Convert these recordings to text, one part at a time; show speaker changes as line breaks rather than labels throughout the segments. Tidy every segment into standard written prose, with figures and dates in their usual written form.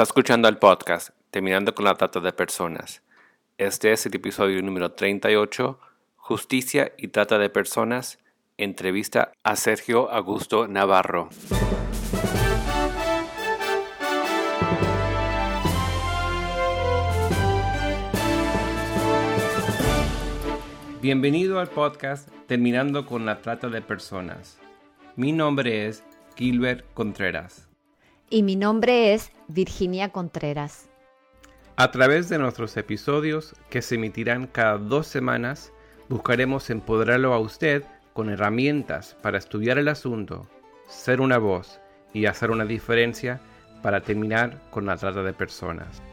Está escuchando el podcast Terminando con la Trata de Personas. Este es el episodio número 38, Justicia y Trata de Personas, entrevista a Sergio Augusto Navarro. Bienvenido al podcast Terminando con la Trata de Personas. Mi nombre es Gilbert Contreras.
Y mi nombre es Virginia Contreras.
A través de nuestros episodios, que se emitirán cada 2 semanas, buscaremos empoderarlo a usted con herramientas para estudiar el asunto, ser una voz y hacer una diferencia para terminar con la trata de personas.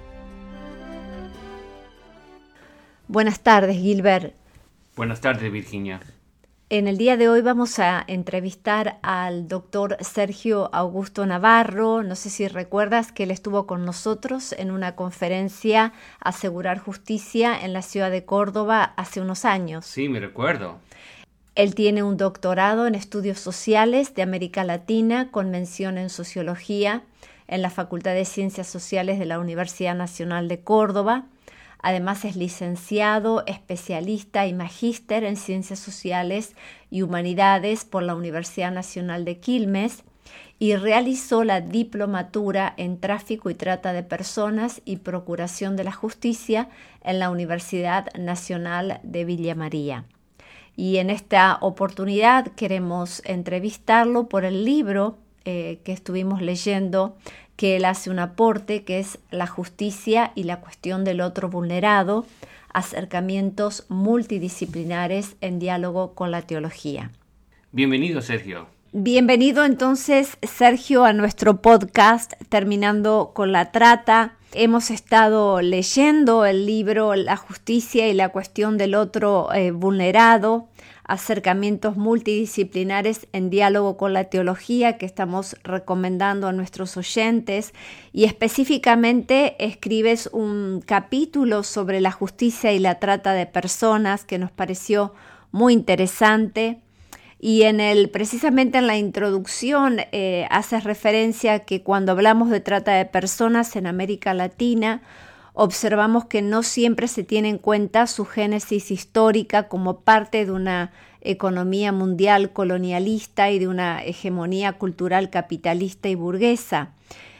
Buenas tardes, Gilbert.
Buenas tardes, Virginia.
En el día de hoy vamos a entrevistar al doctor Sergio Augusto Navarro. No sé si recuerdas que él estuvo con nosotros en una conferencia Asegurar Justicia en la ciudad de Córdoba hace unos años.
Sí, me recuerdo.
Él tiene un doctorado en Estudios Sociales de América Latina con mención en Sociología en la Facultad de Ciencias Sociales de la Universidad Nacional de Córdoba. Además es licenciado, especialista y magíster en Ciencias Sociales y Humanidades por la Universidad Nacional de Quilmes y realizó la diplomatura en Tráfico y Trata de Personas y Procuración de la Justicia en la Universidad Nacional de Villa María. Y en esta oportunidad queremos entrevistarlo por el libro que estuvimos leyendo, que él hace un aporte, que es La justicia y la cuestión del otro vulnerado, acercamientos multidisciplinares en diálogo con la teología.
Bienvenido, Sergio.
Bienvenido entonces, Sergio, a nuestro podcast Terminando con la Trata. Hemos estado leyendo el libro La justicia y la cuestión del otro vulnerado, acercamientos multidisciplinares en diálogo con la teología que estamos recomendando a nuestros oyentes, y específicamente escribes un capítulo sobre la justicia y la trata de personas que nos pareció muy interesante. Y precisamente en la introducción haces referencia a que cuando hablamos de trata de personas en América Latina, observamos que no siempre se tiene en cuenta su génesis histórica como parte de una economía mundial colonialista y de una hegemonía cultural capitalista y burguesa.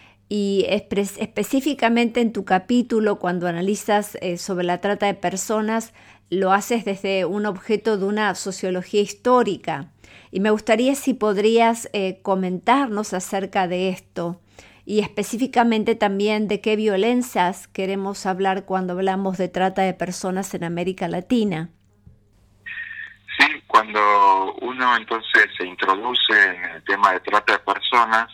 Y específicamente en tu capítulo, cuando analizas sobre la trata de personas, lo haces desde un objeto de una sociología histórica. Y me gustaría si podrías comentarnos acerca de esto y específicamente también de qué violencias queremos hablar cuando hablamos de trata de personas en América Latina.
Sí, cuando uno entonces se introduce en el tema de trata de personas,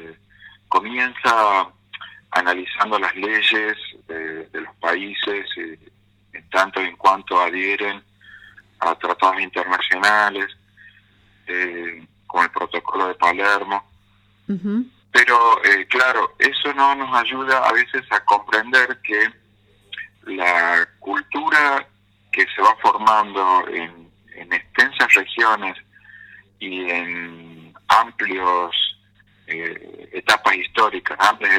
comienza analizando las leyes de los países, en tanto en cuanto adhieren a tratados internacionales, como el Protocolo de Palermo. Uh-huh. Pero, claro, eso no nos ayuda a veces a comprender que la cultura que se va formando en extensas regiones y en amplias etapas históricas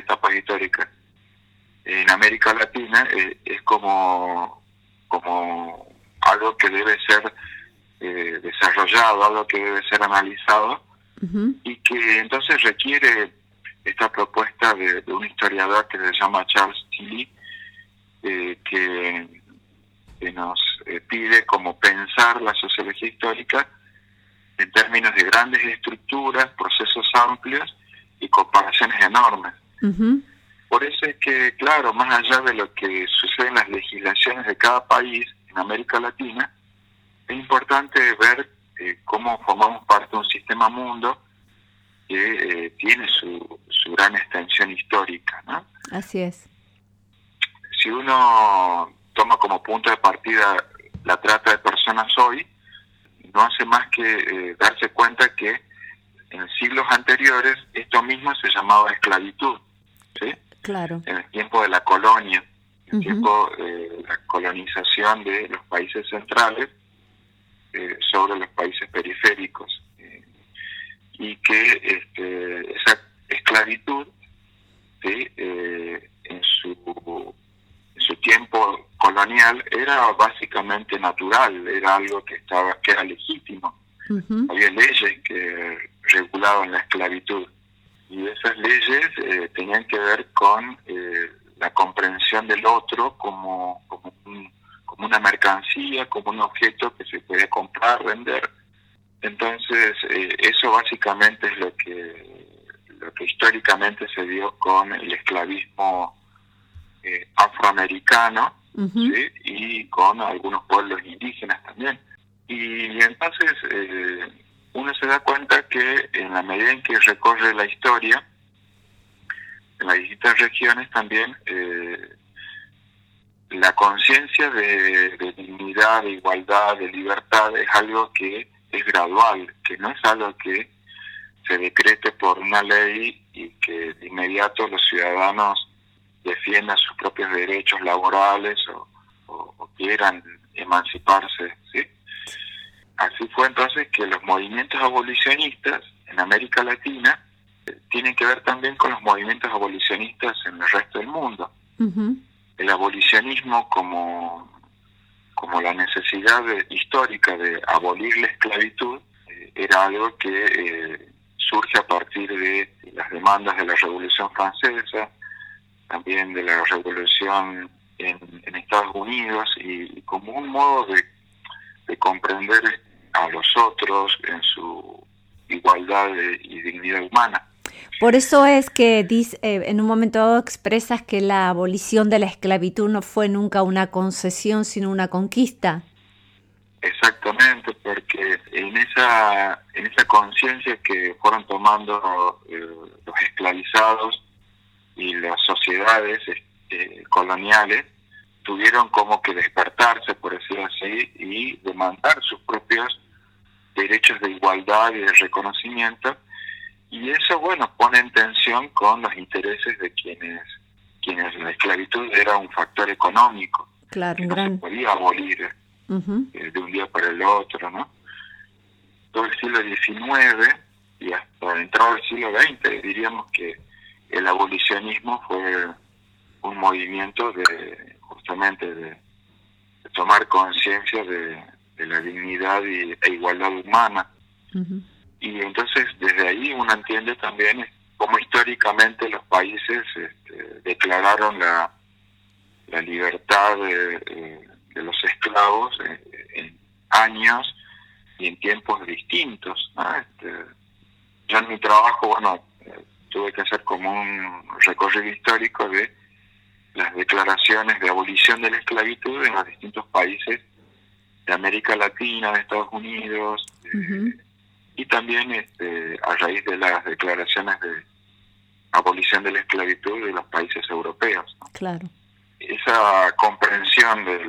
en América Latina es como algo que debe ser desarrollado, algo que debe ser analizado. Uh-huh. Y que entonces requiere esta propuesta de un historiador que se llama Charles Tilly, que nos pide como pensar la sociología histórica en términos de grandes estructuras, procesos amplios y comparaciones enormes. Uh-huh. Por eso es que, claro, más allá de lo que sucede en las legislaciones de cada país en América Latina, es importante ver cómo formamos parte de un sistema mundo que tiene su gran extensión histórica, ¿no?
Así es.
Si uno toma como punto de partida la trata de personas hoy, no hace más que darse cuenta que en siglos anteriores esto mismo se llamaba esclavitud, ¿sí?
Claro.
En el tiempo de la colonia, en el tiempo de la colonización de los países centrales sobre los países periféricos. Y que esa esclavitud, ¿sí? colonial era básicamente natural, era algo que era legítimo. Uh-huh. Había leyes que regulaban la esclavitud y esas leyes tenían que ver con la comprensión del otro como una mercancía, como un objeto que se puede comprar, vender. Entonces eso básicamente es lo que históricamente se dio con el esclavismo afroamericano, uh-huh. ¿sí? Y con algunos pueblos indígenas también. Y entonces uno se da cuenta que en la medida en que recorre la historia, en las distintas regiones también, la conciencia de dignidad, de igualdad, de libertad es algo que es gradual, que no es algo que se decrete por una ley y que de inmediato los ciudadanos defiendan sus propios derechos laborales o quieran emanciparse, ¿sí? Así fue entonces que los movimientos abolicionistas en América Latina tienen que ver también con los movimientos abolicionistas en el resto del mundo. Uh-huh. El abolicionismo como la necesidad histórica de abolir la esclavitud era algo que surge a partir de las demandas de la Revolución Francesa, también de la Revolución en Estados Unidos, y como un modo de comprender a los otros en su igualdad y dignidad humana.
Por eso es que en un momento dado expresas que la abolición de la esclavitud no fue nunca una concesión, sino una conquista.
Exactamente, porque en esa conciencia que fueron tomando los esclavizados y las sociedades coloniales, tuvieron como que despertarse, por decirlo así, y demandar sus propios derechos de igualdad y de reconocimiento, y eso, bueno, pone en tensión con los intereses de quienes la esclavitud era un factor económico, claro, que no se podía abolir uh-huh. De un día para el otro, ¿no? Todo el siglo XIX y hasta entrado el siglo XX, diríamos que el abolicionismo fue un movimiento justamente de tomar conciencia de la dignidad e igualdad humana. Uh-huh. Y entonces desde ahí uno entiende también cómo históricamente los países declararon la libertad de los esclavos en años y en tiempos distintos, ¿no? Yo en mi trabajo, bueno, tuve que hacer como un recorrido histórico de las declaraciones de abolición de la esclavitud en los distintos países de América Latina, de Estados Unidos, uh-huh. Y también a raíz de las declaraciones de abolición de la esclavitud de los países europeos, ¿no?
Claro.
Esa comprensión de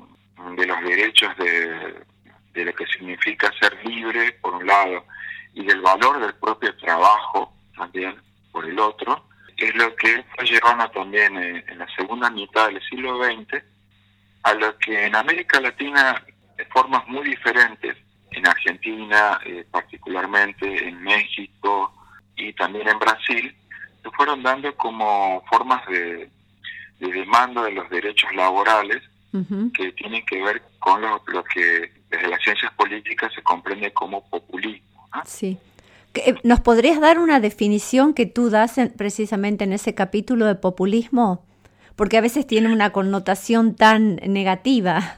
los derechos de lo que significa ser libre, por un lado, y del valor del propio trabajo, también, por el otro, es lo que fue llevando también en la segunda mitad del siglo XX a lo que en América Latina, de formas muy diferentes, en Argentina particularmente, en México y también en Brasil, se fueron dando como formas de demanda de los derechos laborales uh-huh. que tienen que ver con lo que desde las ciencias políticas se comprende como populismo, ¿no?
Sí. ¿Nos podrías dar una definición que tú das precisamente en ese capítulo de populismo? Porque a veces tiene una connotación tan negativa.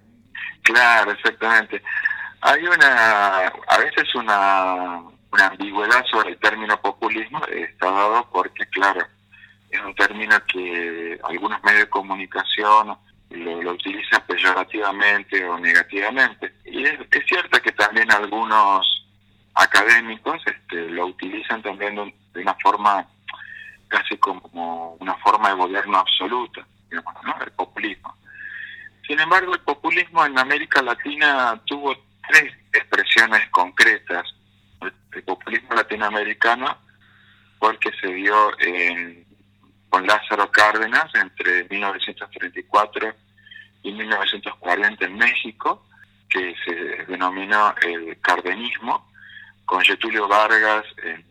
Claro, exactamente. Hay a veces una ambigüedad sobre el término populismo, está dado porque, claro, es un término que algunos medios de comunicación lo utilizan peyorativamente o negativamente. Y es cierto que también algunos académicos lo utilizan también de una forma casi como una forma de gobierno absoluta, digamos, ¿no? El populismo. Sin embargo, el populismo en América Latina tuvo tres expresiones concretas. El populismo latinoamericano fue el que se dio con Lázaro Cárdenas entre 1934 y 1940 en México, que se denominó el cardenismo, con Getúlio Vargas en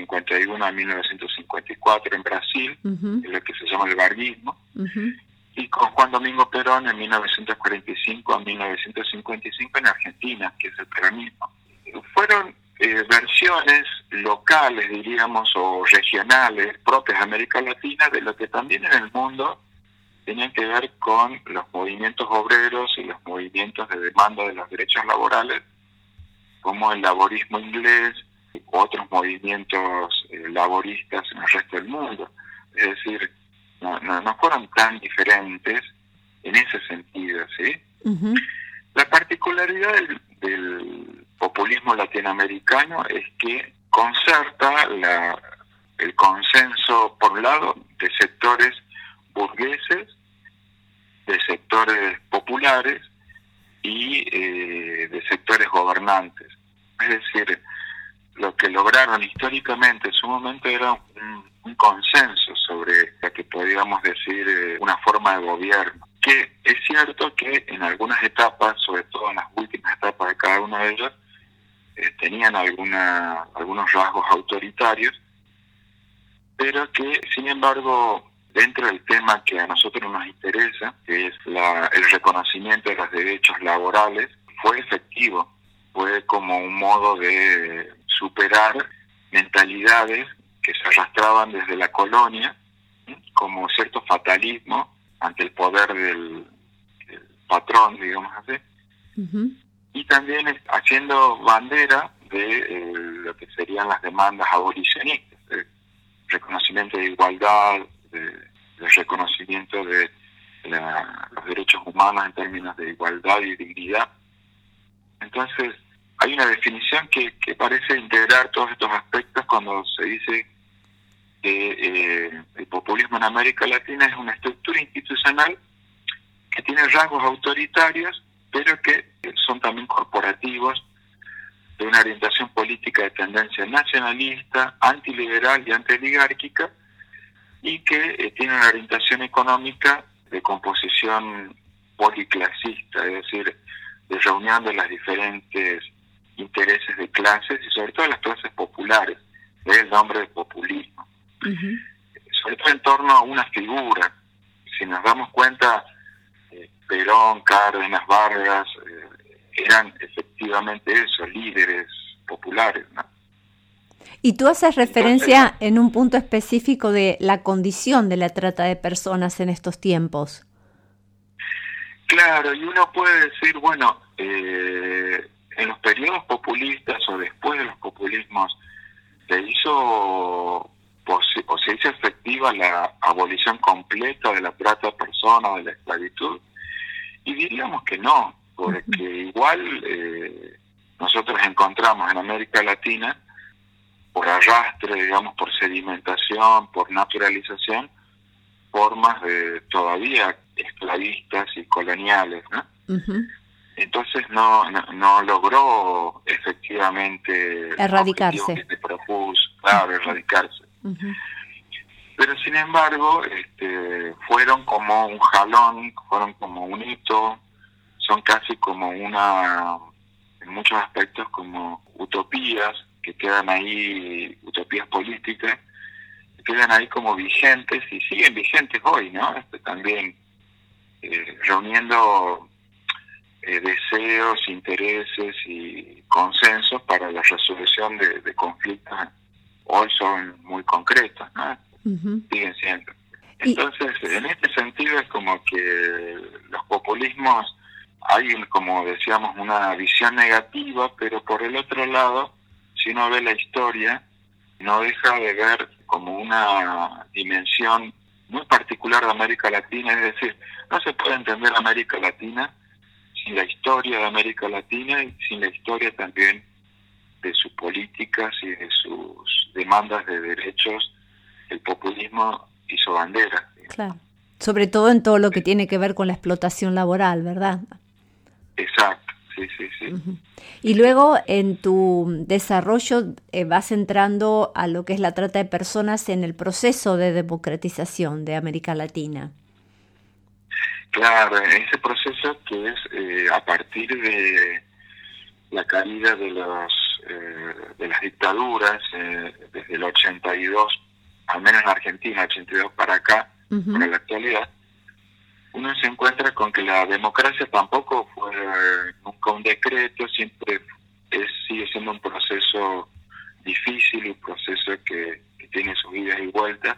1951 a 1954 en Brasil, uh-huh. en lo que se llama el varguismo, uh-huh. y con Juan Domingo Perón en 1945 a 1955 en Argentina, que es el peronismo. Fueron versiones locales, diríamos, o regionales, propias de América Latina, de lo que también en el mundo tenían que ver con los movimientos obreros y los movimientos de demanda de los derechos laborales, como el laborismo inglés u otros movimientos laboristas en el resto del mundo. Es decir, no fueron tan diferentes en ese sentido, ¿sí? Uh-huh. La particularidad del populismo latinoamericano es que concerta el consenso, por un lado, de sectores burgueses, de sectores populares y de sectores gobernantes. Es decir, lo que lograron históricamente en su momento era un consenso sobre lo que podríamos decir una forma de gobierno, que es cierto que en algunas etapas, sobre todo en las últimas etapas de cada una de ellas, tenían algunos rasgos autoritarios, pero que sin embargo dentro del tema que a nosotros nos interesa, que es el reconocimiento de los derechos laborales, fue efectivo, fue como un modo de superar mentalidades que se arrastraban desde la colonia, como cierto fatalismo ante el poder del patrón, digamos así, uh-huh. Y también haciendo bandera de lo que serían las demandas abolicionistas, el reconocimiento de igualdad, del reconocimiento de los derechos humanos en términos de igualdad y dignidad. Entonces, hay una definición que parece integrar todos estos aspectos cuando se dice que el populismo en América Latina es una estructura institucional que tiene rasgos autoritarios, pero que son también corporativos, de una orientación política de tendencia nacionalista, antiliberal y antioligárquica, y que tiene una orientación económica de composición policlasista, es decir, de reunión de los diferentes intereses de clases y sobre todo de las clases populares, es el nombre de populismo. Uh-huh. Sobre todo en torno a una figura. Si nos damos cuenta, Perón, Cárdenas, Vargas eran efectivamente eso, líderes populares, ¿no?
Y tú haces referencia en un punto específico de la condición de la trata de personas en estos tiempos.
Claro, y uno puede decir, bueno, en los periodos populistas o después de los populismos se hizo efectiva la abolición completa de la trata de personas, de la esclavitud, y diríamos que no, porque uh-huh. Igual nosotros encontramos en América Latina, por arrastre, digamos, por sedimentación, por naturalización, formas de todavía esclavistas y coloniales, ¿no? Uh-huh. Entonces no logró efectivamente
erradicarse.
Que se propuso, claro, erradicarse. Uh-huh. Pero sin embargo, fueron como un jalón, fueron como un hito, son casi como en muchos aspectos como utopías que quedan ahí, utopías políticas, que quedan ahí como vigentes y siguen vigentes hoy, ¿no? También reuniendo deseos, intereses y consensos para la resolución de conflictos, hoy son muy concretos, ¿no? Uh-huh. Siguen siendo. Entonces, en este sentido es como que los populismos, hay, como decíamos, una visión negativa, pero por el otro lado, si uno ve la historia, no deja de ver como una dimensión muy particular de América Latina, es decir, no se puede entender América Latina sin la historia de América Latina y sin la historia también de sus políticas y de sus demandas de derechos. El populismo hizo bandera.
Claro, sobre todo en todo lo que tiene que ver con la explotación laboral, ¿verdad?
Exacto, sí.
Uh-huh. Y luego en tu desarrollo vas entrando a lo que es la trata de personas en el proceso de democratización de América Latina.
Claro, ese proceso que es a partir de la caída de las dictaduras desde el 82, al menos en Argentina, 82 para acá, uh-huh. Para la actualidad, uno se encuentra con que la democracia tampoco fue nunca un decreto, siempre sigue siendo un proceso difícil, un proceso que tiene sus idas y vueltas,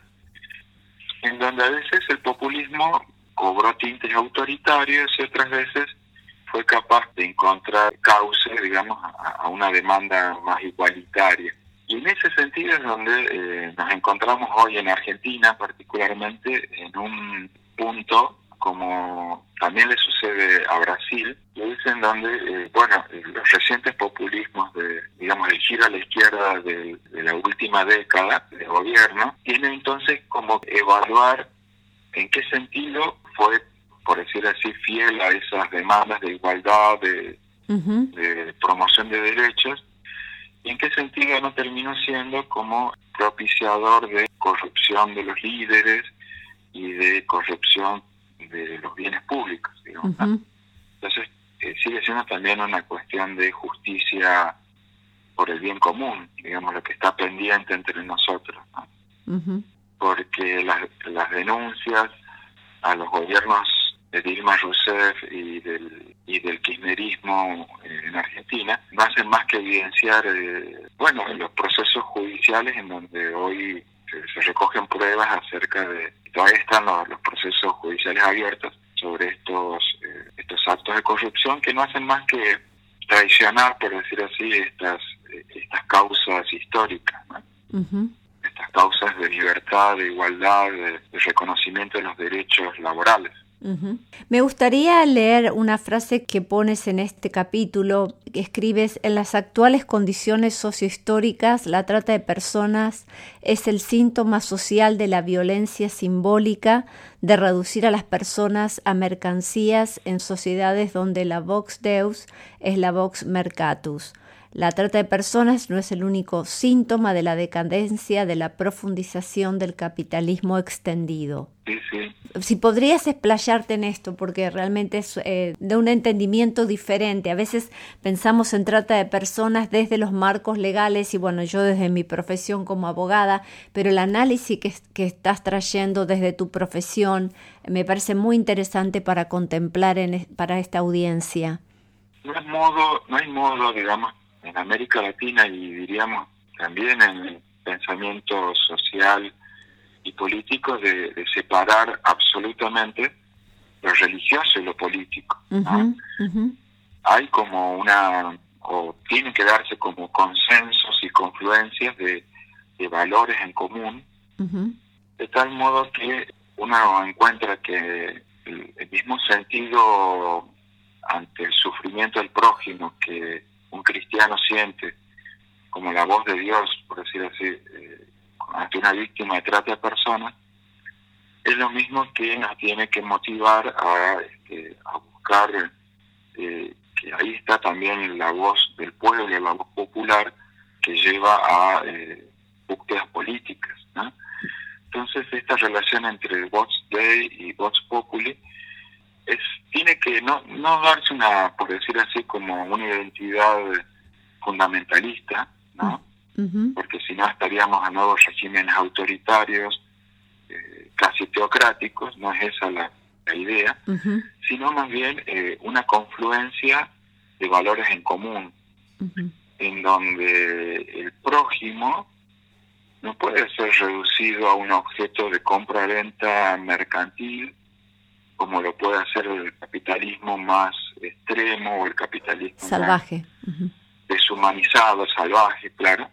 en donde a veces el populismo cobró tintes autoritarios y otras veces fue capaz de encontrar cauce, digamos, a una demanda más igualitaria. Y en ese sentido es donde nos encontramos hoy en Argentina, particularmente en un punto como también le sucede a Brasil, y es en donde, los recientes populismos digamos, el giro a la izquierda de la última década de gobierno, tiene entonces como evaluar en qué sentido fue, por decir así, fiel a esas demandas de igualdad, de promoción de derechos, y en qué sentido no terminó siendo como propiciador de corrupción de los líderes y de corrupción de los bienes públicos, digamos. Entonces sigue siendo también una cuestión de justicia por el bien común, digamos, lo que está pendiente entre nosotros, ¿no? Porque las denuncias a los gobiernos de Dilma Rousseff y del kirchnerismo en Argentina no hacen más que evidenciar los procesos judiciales en donde hoy se recogen pruebas acerca de, todavía están los procesos judiciales abiertos sobre estos actos de corrupción que no hacen más que traicionar, por decir así, estas causas históricas, ¿no? Estas causas de libertad, de igualdad, de reconocimiento de los derechos laborales.
Me gustaría leer una frase que pones en este capítulo, que escribes: en las actuales condiciones sociohistóricas, la trata de personas es el síntoma social de la violencia simbólica de reducir a las personas a mercancías en sociedades donde la vox deus es la vox mercatus. La trata de personas no es el único síntoma de la decadencia, de la profundización del capitalismo extendido.
Sí.
Si podrías explayarte en esto, porque realmente es de un entendimiento diferente. A veces pensamos en trata de personas desde los marcos legales y yo desde mi profesión como abogada, pero el análisis que estás trayendo desde tu profesión me parece muy interesante para contemplar para esta audiencia.
No hay modo, digamos, en América Latina y diríamos también en el pensamiento social y político de separar absolutamente lo religioso y lo político, ¿no? Hay como tienen que darse como consensos y confluencias de valores en común, de tal modo que uno encuentra que el mismo sentido ante el sufrimiento del prójimo que un cristiano siente como la voz de Dios, por decir así, ante una víctima de trata de personas, es lo mismo que nos tiene que motivar a buscar que ahí está también la voz del pueblo, la voz popular que lleva a búsquedas políticas, ¿no? Entonces esta relación entre Vox Dei y Vox Populi tiene que no darse por decir así, como una identidad fundamentalista, ¿no? Porque si no estaríamos a nuevos regímenes autoritarios, casi teocráticos, no es esa la idea, sino más bien una confluencia de valores en común, en donde el prójimo no puede ser reducido a un objeto de compra-venta mercantil, como lo puede hacer el capitalismo más extremo o el capitalismo
salvaje,
deshumanizado, salvaje, claro,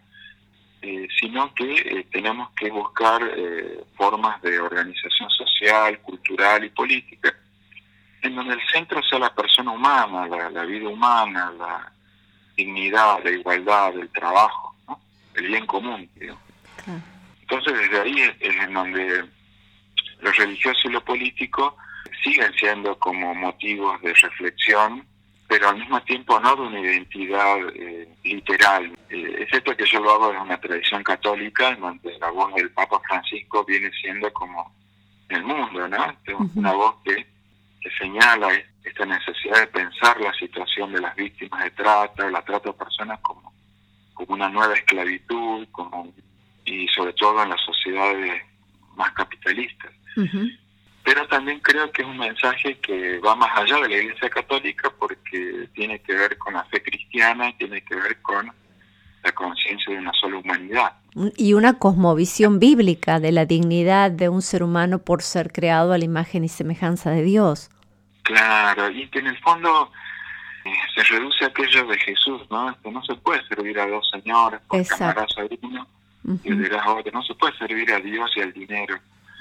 sino que tenemos que buscar formas de organización social, cultural y política, en donde el centro sea la persona humana, la vida humana, la dignidad, la igualdad, el trabajo, ¿no? El bien común, digamos. Claro. Entonces desde ahí es en donde lo religioso y lo político siguen siendo como motivos de reflexión, pero al mismo tiempo no de una identidad literal. Es esto que yo lo hago en una tradición católica, en donde la voz del Papa Francisco viene siendo como el mundo, ¿no? Una voz que señala esta necesidad de pensar la situación de las víctimas de trata, o la trata de personas como una nueva esclavitud, y sobre todo en las sociedades más capitalistas. Pero yo también creo que es un mensaje que va más allá de la Iglesia Católica, porque tiene que ver con la fe cristiana, tiene que ver con la conciencia de una sola humanidad.
Y una cosmovisión bíblica de la dignidad de un ser humano por ser creado a la imagen y semejanza de Dios.
Claro, y que en el fondo se reduce a aquello de Jesús, ¿no? Que no se puede servir a dos señores, porque amarás a uno y odiarás a otro. No se puede servir a Dios y al dinero.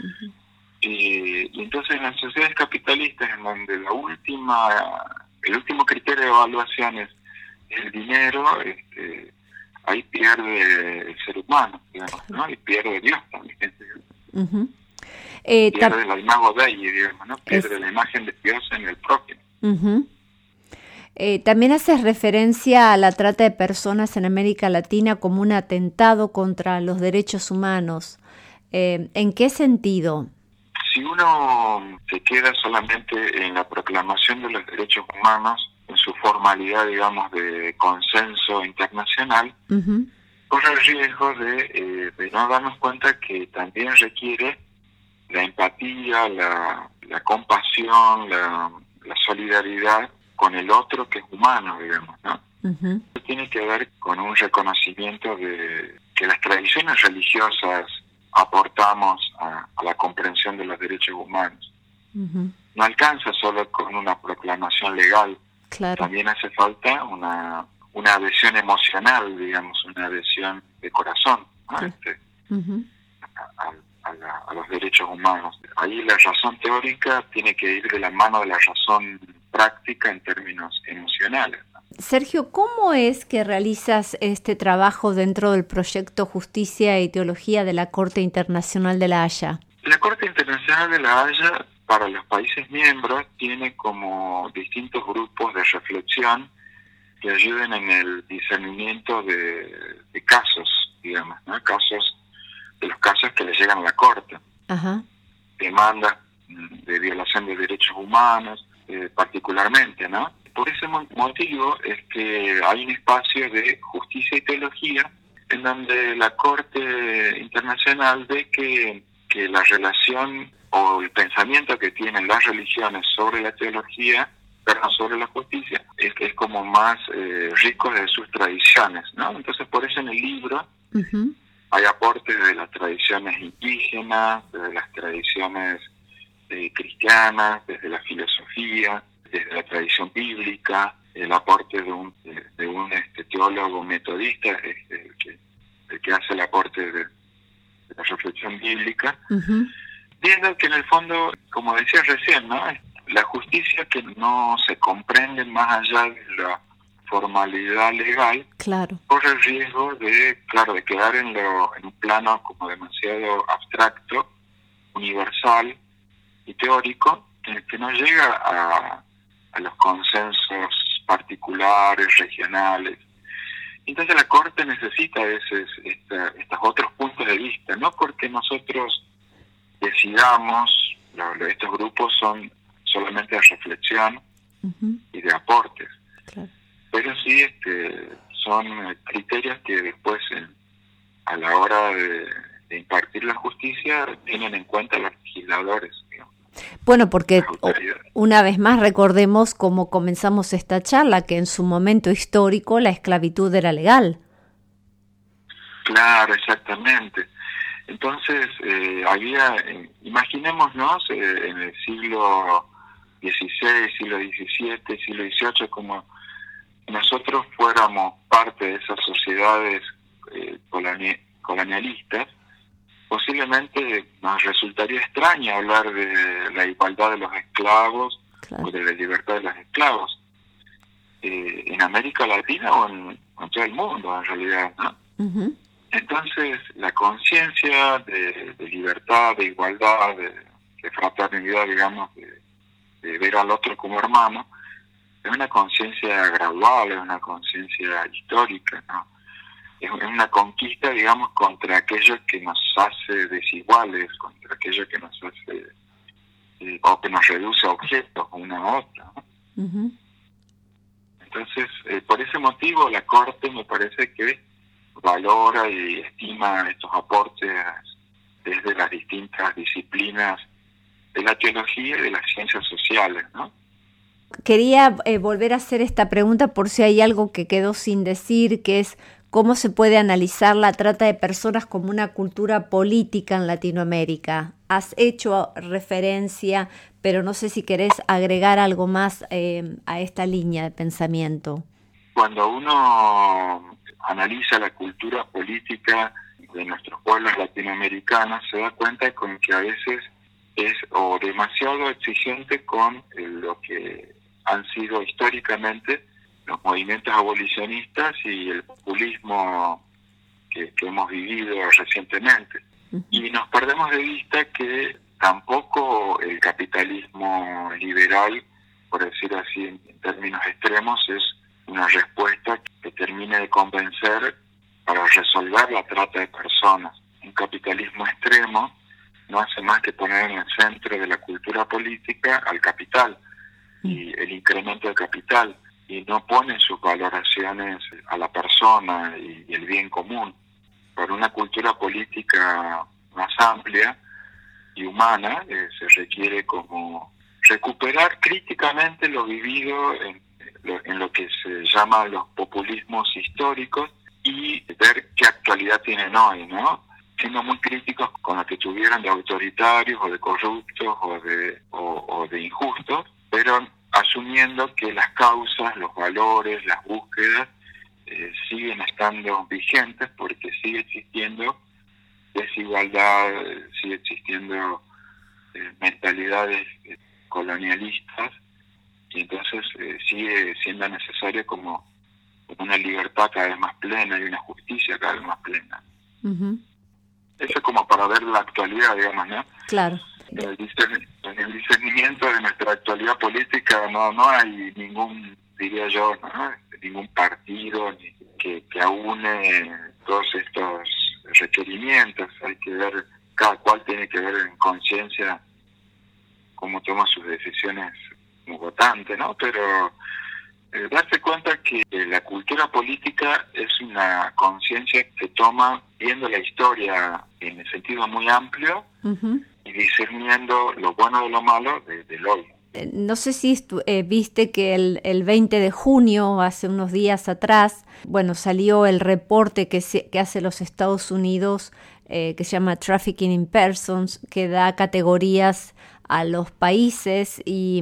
Y entonces en las sociedades capitalistas, en donde el último criterio de evaluación es el dinero, ahí pierde el ser humano, digamos, ¿no? Y pierde Dios también. Pierde la imago Dei, digamos, ¿no? Pierde la imagen de Dios en el prójimo.
También haces referencia a la trata de personas en América Latina como un atentado contra los derechos humanos. ¿En qué sentido?
Si uno se queda solamente en la proclamación de los derechos humanos, en su formalidad, digamos, de consenso internacional, corre el riesgo de no darnos cuenta que también requiere la empatía, la compasión, la solidaridad con el otro que es humano, digamos, ¿no? Tiene que ver con un reconocimiento de que las tradiciones religiosas aportamos a la comprensión de los derechos humanos. No alcanza solo con una proclamación legal.
Claro.
También hace falta una adhesión emocional, digamos, una adhesión de corazón, ¿no? A los derechos humanos. Ahí la razón teórica tiene que ir de la mano de la razón práctica en términos emocionales, ¿no?
Sergio, ¿cómo es que realizas este trabajo dentro del proyecto Justicia y Teología de la Corte Internacional de La Haya?
La Corte Internacional de La Haya, para los países miembros, tiene como distintos grupos de reflexión que ayuden en el discernimiento de casos, digamos, ¿no? De los casos que le llegan a la Corte. Demandas de violación de derechos humanos, particularmente, ¿no? Por ese motivo es que hay un espacio de justicia y teología en donde la Corte Internacional ve que la relación o el pensamiento que tienen las religiones sobre la teología, pero sobre la justicia, es como más rico de sus tradiciones, ¿no? Entonces, por eso en el libro hay aportes de las tradiciones indígenas, de las tradiciones cristianas, desde la filosofía, desde la tradición bíblica, el aporte de un teólogo metodista, el que hace el aporte de la reflexión bíblica, viendo que en el fondo, como decía recién, ¿no? La justicia que no se comprende más allá de la formalidad legal,
claro,
corre el riesgo de quedar en un plano como demasiado abstracto, universal y teórico, que no llega a los consensos particulares, regionales. Entonces la Corte necesita a veces estos otros puntos de vista, no porque nosotros decidamos, estos grupos son solamente de reflexión y de aportes,
claro,
pero sí son criterios que después a la hora de impartir la justicia tienen en cuenta los legisladores, digamos.
Bueno, porque una vez más recordemos cómo comenzamos esta charla, que en su momento histórico la esclavitud era legal.
Claro, exactamente. Entonces imaginémonos en el siglo XVI, siglo XVII, siglo XVIII, como nosotros fuéramos parte de esas sociedades colonialistas, posiblemente nos resultaría extraño hablar de la igualdad de los esclavos, claro, o de la libertad de los esclavos en América Latina o en todo el mundo, en realidad, ¿no? Entonces, la conciencia de libertad, de igualdad, de fraternidad, digamos, de ver al otro como hermano, es una conciencia gradual, es una conciencia histórica, ¿no? Es una conquista, digamos, contra aquello que nos hace desiguales, contra aquello que nos hace o que nos reduce a objetos una a otra, ¿no? Entonces, por ese motivo, la Corte me parece que valora y estima estos aportes desde las distintas disciplinas la teología y de las ciencias sociales, ¿no?
Quería volver a hacer esta pregunta por si hay algo que quedó sin decir, que es cómo se puede analizar la trata de personas como una cultura política en Latinoamérica. Has hecho referencia, pero no sé si querés agregar algo más a esta línea de pensamiento.
Cuando uno analiza la cultura política de nuestros pueblos latinoamericanos, se da cuenta con que a veces es o demasiado exigente con lo que han sido históricamente los movimientos abolicionistas y el populismo que hemos vivido recientemente. Y nos perdemos de vista que tampoco el capitalismo liberal, por decir así en términos extremos, es una respuesta que termine de convencer para resolver la trata de personas. Un capitalismo extremo no hace más que poner en el centro de la cultura política al capital y el incremento del capital, y no pone sus valoraciones a la persona y el bien común. Por una cultura política más amplia y humana se requiere como recuperar críticamente lo vivido en lo que se llama los populismos históricos y ver qué actualidad tienen hoy, ¿no? Siendo muy críticos con lo que tuvieron de autoritarios o de corruptos o de injustos, pero asumiendo que las causas, los valores, las búsquedas siguen estando vigentes porque sigue existiendo desigualdad, sigue existiendo mentalidades colonialistas, y entonces sigue siendo necesario como una libertad cada vez más plena y una justicia cada vez más plena.
Uh-huh.
Eso es como para ver la actualidad, digamos, ¿no?
Claro.
En el discernimiento de nuestra actualidad política no hay ningún, diría yo, ¿no? Ningún partido que aúne todos estos requerimientos. Hay que ver, cada cual tiene que ver en conciencia cómo toma sus decisiones como votante, ¿no? Pero darse cuenta que la cultura política es una conciencia que toma viendo la historia en el sentido muy amplio, uh-huh, y discerniendo lo bueno de lo malo del hoy.
No sé si viste que el 20 de junio, hace unos días atrás, salió el reporte que hace los Estados Unidos, que se llama Trafficking in Persons, que da categorías a los países y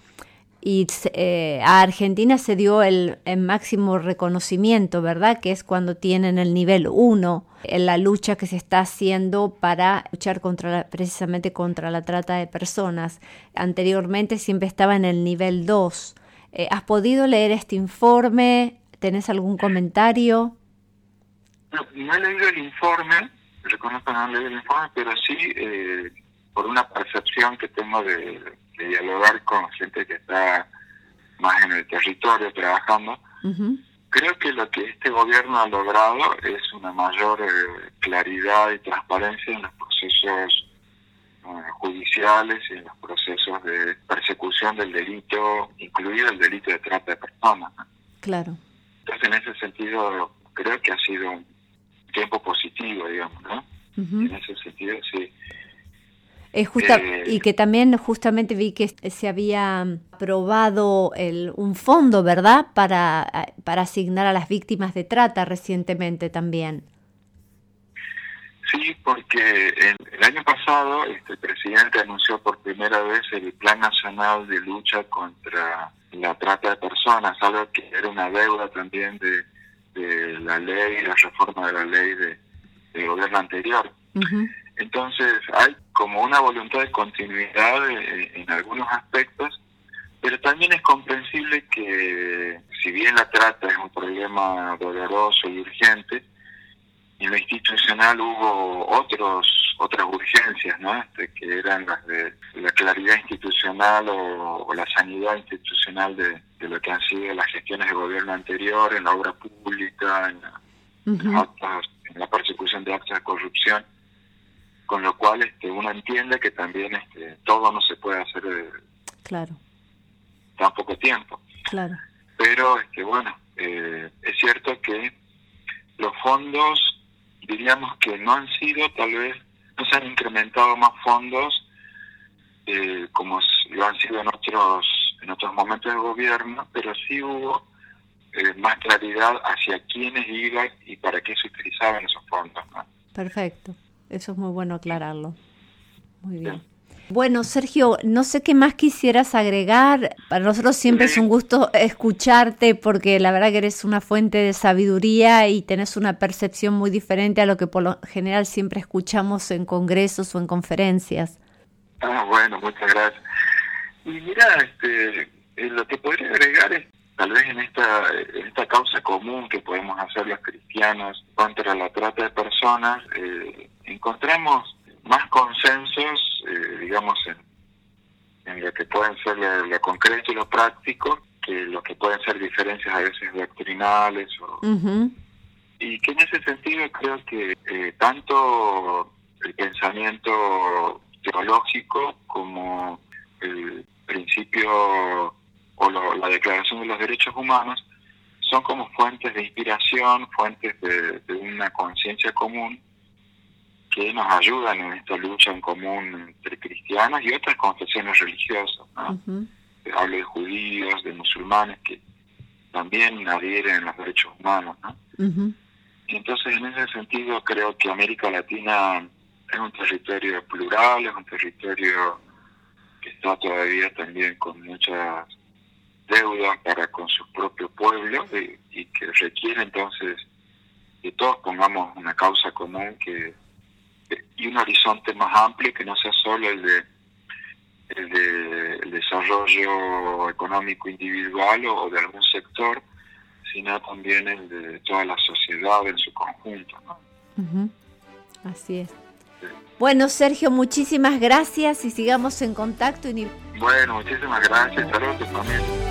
a Argentina se dio el máximo reconocimiento, ¿verdad? Que es cuando tienen el nivel 1 en la lucha que se está haciendo para luchar precisamente contra la trata de personas. Anteriormente siempre estaba en el nivel 2. ¿Has podido leer este informe? ¿Tenés algún comentario?
No he leído el informe, reconozco que no he leído el informe, pero sí por una percepción que tengo de dialogar con gente que está más en el territorio trabajando. Uh-huh. Creo que lo que este gobierno ha logrado es una mayor claridad y transparencia en los procesos judiciales y en los procesos de persecución del delito, incluido el delito de trata de personas, ¿no?
Claro.
Entonces, en ese sentido, creo que ha sido un tiempo positivo, digamos, ¿no? Uh-huh. En ese sentido, sí.
Y que también justamente vi que se había aprobado un fondo, ¿verdad?, para asignar a las víctimas de trata recientemente también.
Sí, porque el año pasado el presidente anunció por primera vez el Plan Nacional de Lucha contra la Trata de Personas, algo que era una deuda también de la ley, la reforma de la ley del gobierno anterior. Uh-huh. Entonces hay como una voluntad de continuidad en algunos aspectos, pero también es comprensible que si bien la trata es un problema doloroso y urgente, en lo institucional hubo otras urgencias, ¿no? Que eran las de la claridad institucional o la sanidad institucional de lo que han sido las gestiones de gobierno anterior en la obra pública, en la persecución de actos de corrupción. Con lo cual uno entiende que también todo no se puede hacer
claro,
tan poco tiempo.
Claro.
Pero es cierto que los fondos, diríamos que no han sido, tal vez, no se han incrementado más fondos como lo han sido en otros momentos de gobierno, pero sí hubo más claridad hacia quiénes iban y para qué se utilizaban esos fondos, ¿no?
Perfecto, eso es muy bueno aclararlo. Muy bien. Sí. Bueno, Sergio, no sé qué más quisieras agregar. Para nosotros siempre es un gusto escucharte porque la verdad que eres una fuente de sabiduría y tenés una percepción muy diferente a lo que por lo general siempre escuchamos en congresos o en conferencias.
Bueno, muchas gracias. Y mira, lo que podría agregar es tal vez en esta causa común que podemos hacer los cristianos contra la trata de personas, encontremos más consensos, digamos, en lo que pueden ser lo concreto y lo práctico, que lo que pueden ser diferencias a veces doctrinales. Y que en ese sentido creo que tanto el pensamiento teológico como el principio o la Declaración de los Derechos Humanos son como fuentes de inspiración, fuentes de una conciencia común que nos ayudan en esta lucha en común entre cristianos y otras confesiones religiosas, ¿no? Hablo de judíos, de musulmanes que también adhieren a los derechos humanos, ¿no? Y entonces en ese sentido creo que América Latina es un territorio plural, es un territorio que está todavía también con muchas deudas para con sus propios pueblos y que requiere entonces que todos pongamos una causa común y un horizonte más amplio que no sea solo el desarrollo económico individual o de algún sector, sino también el de toda la sociedad en su conjunto, ¿no?
Así es. Sí. Bueno, Sergio, muchísimas gracias y sigamos en contacto.
Bueno, muchísimas gracias. Saludos a tu familia.